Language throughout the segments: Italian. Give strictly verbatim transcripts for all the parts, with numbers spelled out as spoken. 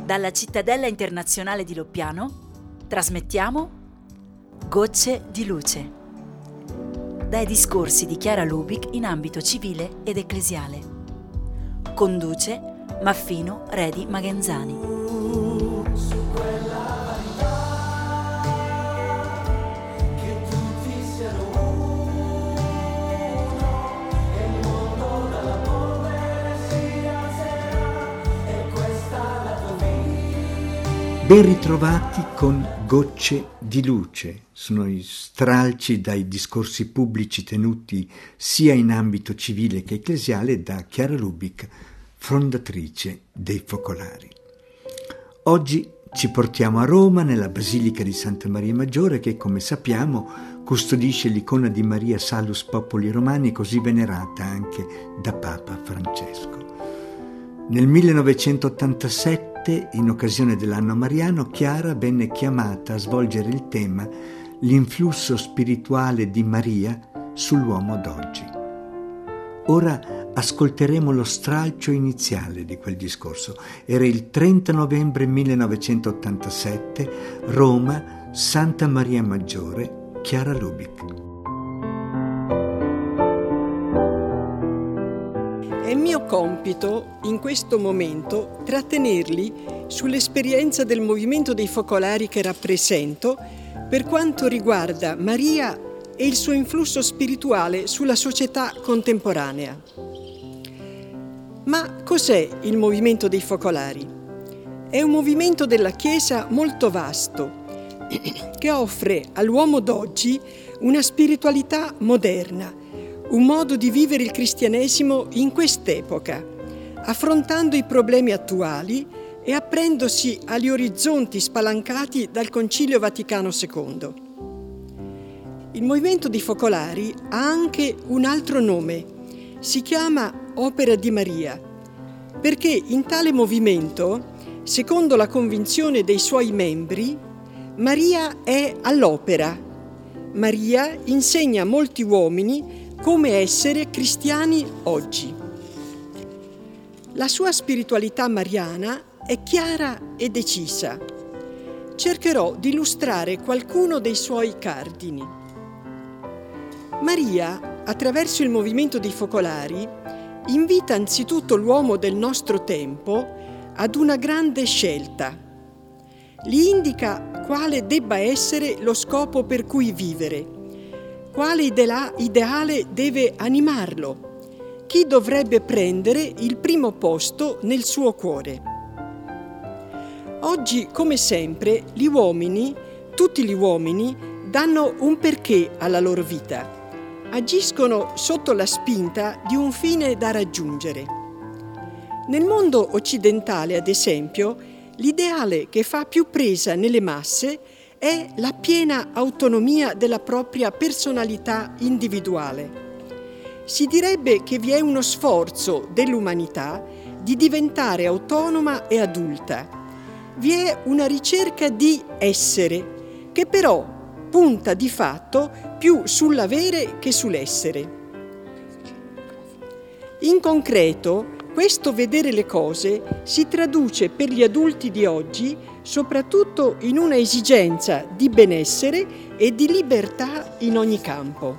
Dalla Cittadella Internazionale di Loppiano trasmettiamo Gocce di Luce, dai discorsi di Chiara Lubick in ambito civile ed ecclesiale. Conduce Maffino Redi Magenzani. Ben ritrovati con Gocce di Luce, sono i stralci dai discorsi pubblici tenuti sia in ambito civile che ecclesiale da Chiara Lubick, fondatrice dei Focolari. Oggi ci portiamo a Roma, nella Basilica di Santa Maria Maggiore, che come sappiamo custodisce l'icona di Maria Salus Populi Romani, così venerata anche da Papa Francesco. Nel millenovecentottantasette, in occasione dell'anno mariano, Chiara venne chiamata a svolgere il tema L'influsso spirituale di Maria sull'uomo d'oggi. Ora ascolteremo lo stralcio iniziale di quel discorso. Era il trenta novembre millenovecentottantasette, Roma, Santa Maria Maggiore, Chiara Lubick. È mio compito in questo momento trattenerli sull'esperienza del movimento dei Focolari che rappresento per quanto riguarda Maria e il suo influsso spirituale sulla società contemporanea. Ma cos'è il movimento dei Focolari? È un movimento della Chiesa molto vasto che offre all'uomo d'oggi una spiritualità moderna, un modo di vivere il cristianesimo in quest'epoca, affrontando i problemi attuali e aprendosi agli orizzonti spalancati dal Concilio Vaticano secondo. Il movimento dei Focolari ha anche un altro nome, si chiama Opera di Maria, perché in tale movimento, secondo la convinzione dei suoi membri, Maria è all'opera. Maria insegna a molti uomini come essere cristiani oggi. La sua spiritualità mariana è chiara e decisa. Cercherò di illustrare qualcuno dei suoi cardini. Maria, attraverso il movimento dei Focolari, invita anzitutto l'uomo del nostro tempo ad una grande scelta. Gli indica quale debba essere lo scopo per cui vivere, quale ideale deve animarlo, chi dovrebbe prendere il primo posto nel suo cuore. Oggi, come sempre, gli uomini, tutti gli uomini, danno un perché alla loro vita, agiscono sotto la spinta di un fine da raggiungere. Nel mondo occidentale, ad esempio, l'ideale che fa più presa nelle masse è la piena autonomia della propria personalità individuale. Si direbbe che vi è uno sforzo dell'umanità di diventare autonoma e adulta. Vi è una ricerca di essere, che però punta di fatto più sull'avere che sull'essere. In concreto, questo vedere le cose si traduce per gli adulti di oggi soprattutto in una esigenza di benessere e di libertà in ogni campo.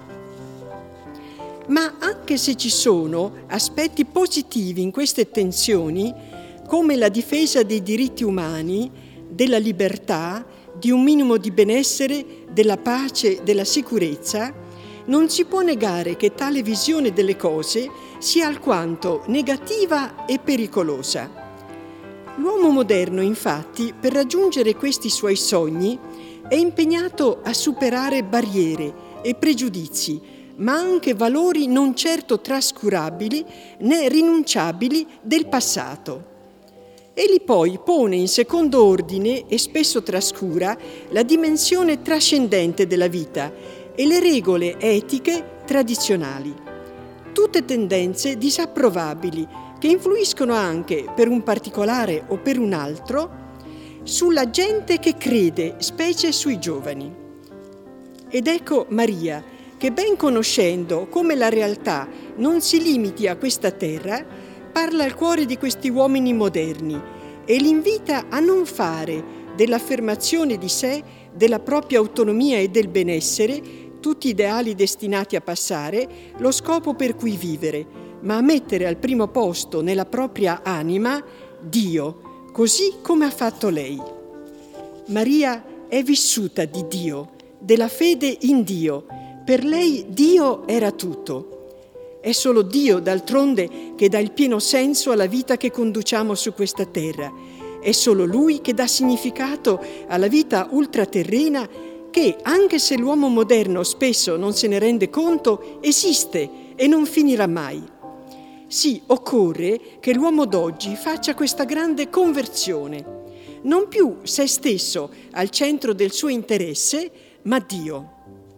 Ma anche se ci sono aspetti positivi in queste tensioni, come la difesa dei diritti umani, della libertà, di un minimo di benessere, della pace, della sicurezza, non si può negare che tale visione delle cose sia alquanto negativa e pericolosa. L'uomo moderno, infatti, per raggiungere questi suoi sogni, è impegnato a superare barriere e pregiudizi, ma anche valori non certo trascurabili né rinunciabili del passato. Egli poi pone in secondo ordine e spesso trascura la dimensione trascendente della vita e le regole etiche tradizionali. Tutte tendenze disapprovabili che influiscono anche per un particolare o per un altro sulla gente che crede, specie sui giovani. Ed ecco Maria, che ben conoscendo come la realtà non si limiti a questa terra, parla al cuore di questi uomini moderni e l'invita a non fare dell'affermazione di sé, della propria autonomia e del benessere, tutti ideali destinati a passare, lo scopo per cui vivere, ma a mettere al primo posto nella propria anima Dio, così come ha fatto lei. Maria è vissuta di Dio, della fede in Dio. Per lei Dio era tutto. È solo Dio, d'altronde, che dà il pieno senso alla vita che conduciamo su questa terra. È solo Lui che dà significato alla vita ultraterrena che, anche se l'uomo moderno spesso non se ne rende conto, esiste e non finirà mai. Sì, occorre che l'uomo d'oggi faccia questa grande conversione. Non più se stesso al centro del suo interesse, ma Dio.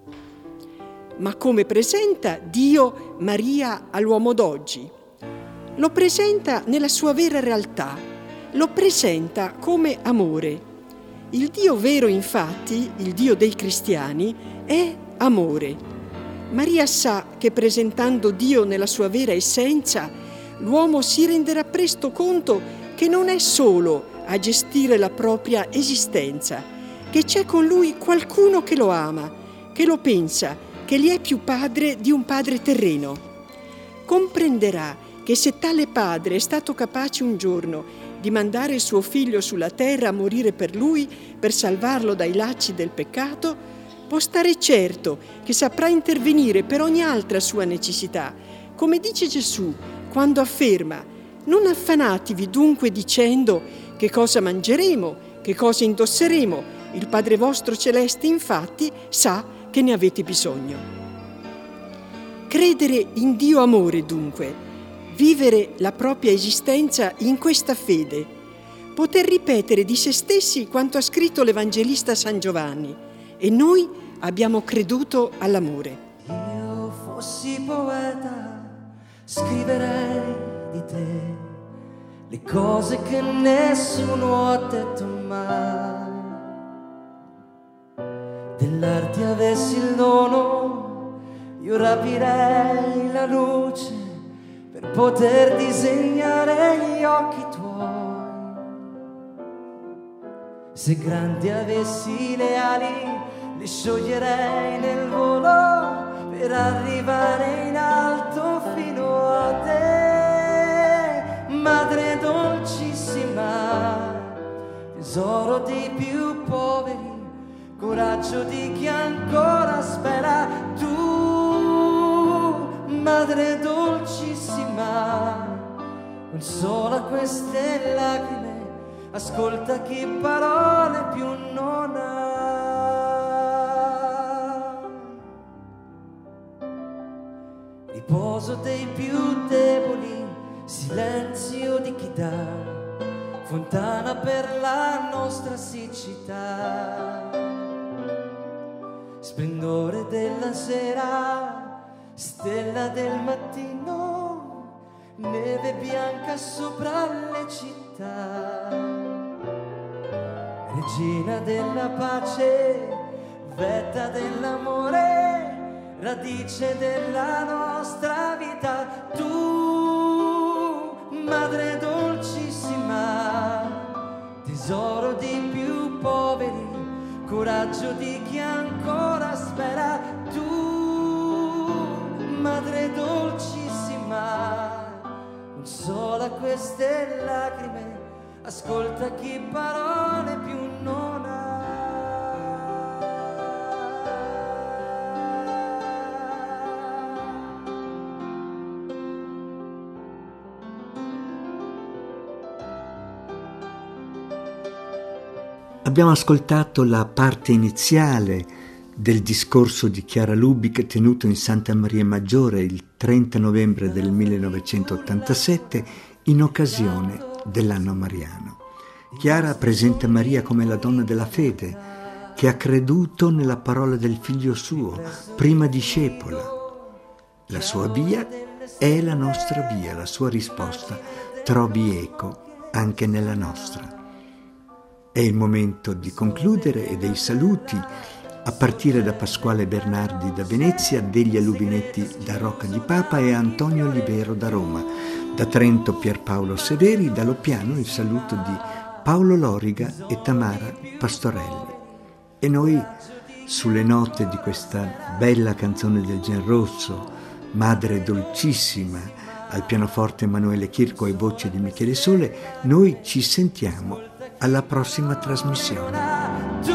Ma come presenta Dio Maria all'uomo d'oggi? Lo presenta nella sua vera realtà, lo presenta come amore. Il Dio vero, infatti, il Dio dei cristiani, è amore. Maria sa che presentando Dio nella sua vera essenza, l'uomo si renderà presto conto che non è solo a gestire la propria esistenza, che c'è con lui qualcuno che lo ama, che lo pensa, che gli è più padre di un padre terreno. Comprenderà che se tale padre è stato capace un giorno di mandare il suo figlio sulla terra a morire per lui, per salvarlo dai lacci del peccato, può stare certo che saprà intervenire per ogni altra sua necessità, come dice Gesù quando afferma: non affanatevi dunque dicendo che cosa mangeremo, che cosa indosseremo, il Padre vostro celeste infatti sa che ne avete bisogno. Credere in Dio amore, dunque, vivere la propria esistenza in questa fede, poter ripetere di se stessi quanto ha scritto l'Evangelista San Giovanni, e noi abbiamo creduto all'amore. Io fossi poeta, scriverei di te le cose che nessuno ha detto mai. Dell'arte avessi il dono, io rapirei la luce per poter disegnare gli occhi tuoi. Se grandi avessi le ali, le scioglierei nel volo per arrivare in alto fino a te. Madre dolcissima, tesoro dei più poveri, coraggio di chi ancora spera. Tu, madre dolcissima, consola queste lacrime, ascolta chi parole più non ha. Riposo dei più deboli, silenzio di chi dà, fontana per la nostra siccità. Splendore della sera, stella del mattino, neve bianca sopra le città. Regina della pace, vetta dell'amore, radice della nostra vita. Tu, madre dolcissima, tesoro di più poveri, coraggio di chi ancora spera. Tu, madre dolcissima, consola queste lacrime, ascolta chi parole più non ha. Abbiamo ascoltato la parte iniziale del discorso di Chiara Lubick tenuto in Santa Maria Maggiore il trenta novembre del millenovecentottantasette in occasione dell'anno mariano. Chiara presenta Maria come la donna della fede che ha creduto nella parola del figlio suo, prima discepola. La sua via è la nostra via, la sua risposta trovi eco anche nella nostra. È il momento di concludere e dei saluti, a partire da Pasquale Bernardi da Venezia, degli Alubinetti da Rocca di Papa e Antonio Olivero da Roma. Da Trento Pierpaolo Severi, da Loppiano il saluto di Paolo Loriga e Tamara Pastorelli. E noi, sulle note di questa bella canzone del Genrosso, Madre dolcissima, al pianoforte Emanuele Chirco e voce di Michele Sole, noi ci sentiamo alla prossima trasmissione. Tu,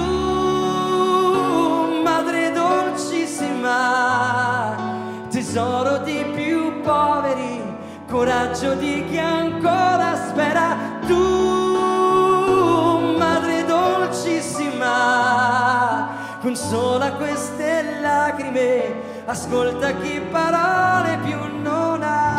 madre dolcissima, tesoro di più poveri, coraggio di chi ancora spera. Tu, madre dolcissima, consola queste lacrime, ascolta chi parole più non ha.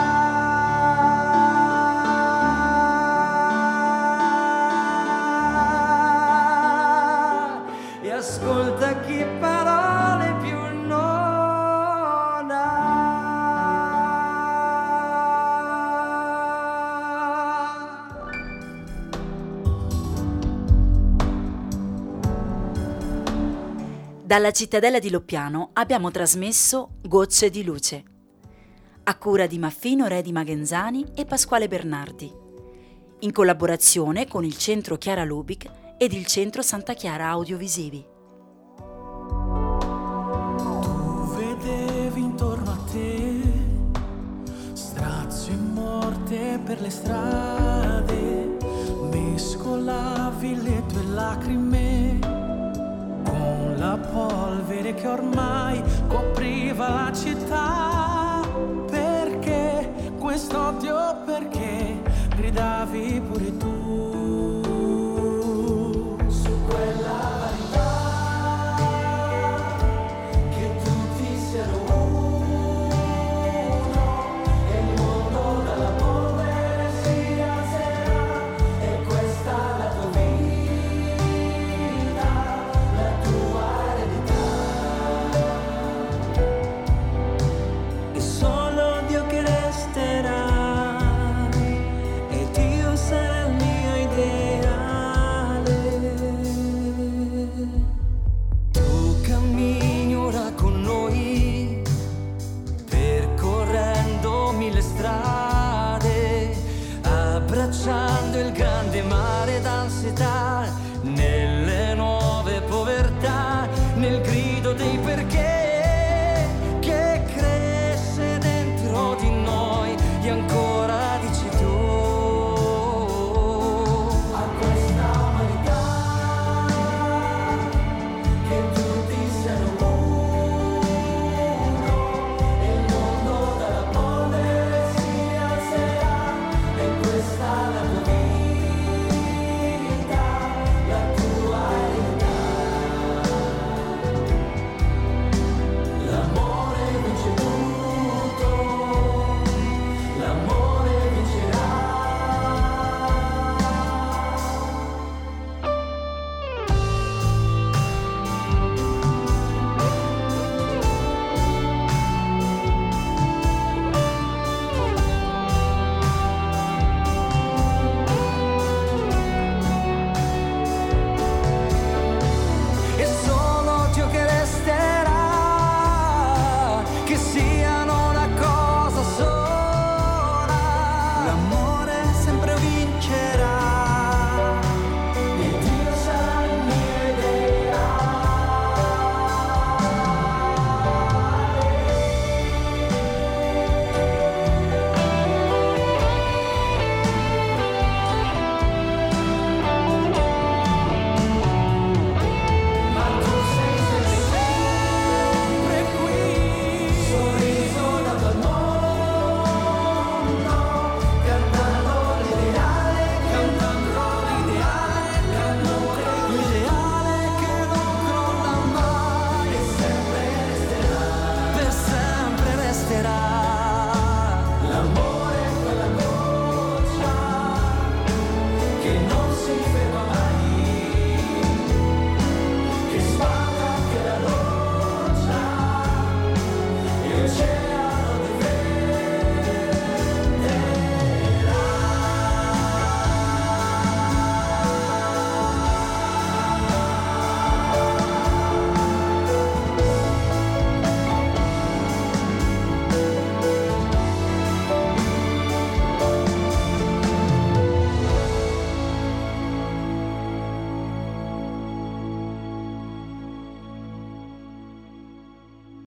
E ascolta chi parole più non ha. Dalla cittadella di Loppiano abbiamo trasmesso Gocce di luce, a cura di Maffino Re di Magenzani e Pasquale Bernardi, in collaborazione con il Centro Chiara Lubic ed il Centro Santa Chiara Audiovisivi. Tu vedevi intorno a te strazio e morte per le strade, mescolavi le tue lacrime con la polvere che ormai copriva la città. Perché questo odio, perché gridavi pure tu su quella verità, che tutti siano uno e il mondo dalla polvere si alzerà. E questa è la tua vita, la tua eredità. E solo Dio che resterà, e Dio sarà il mio ideale. Tu cammini ora con noi, percorrendo mille strade, abbracciando il grande mare d'ansietà, nelle nuove povertà, nel grido dei perché che cresce dentro di noi e ancora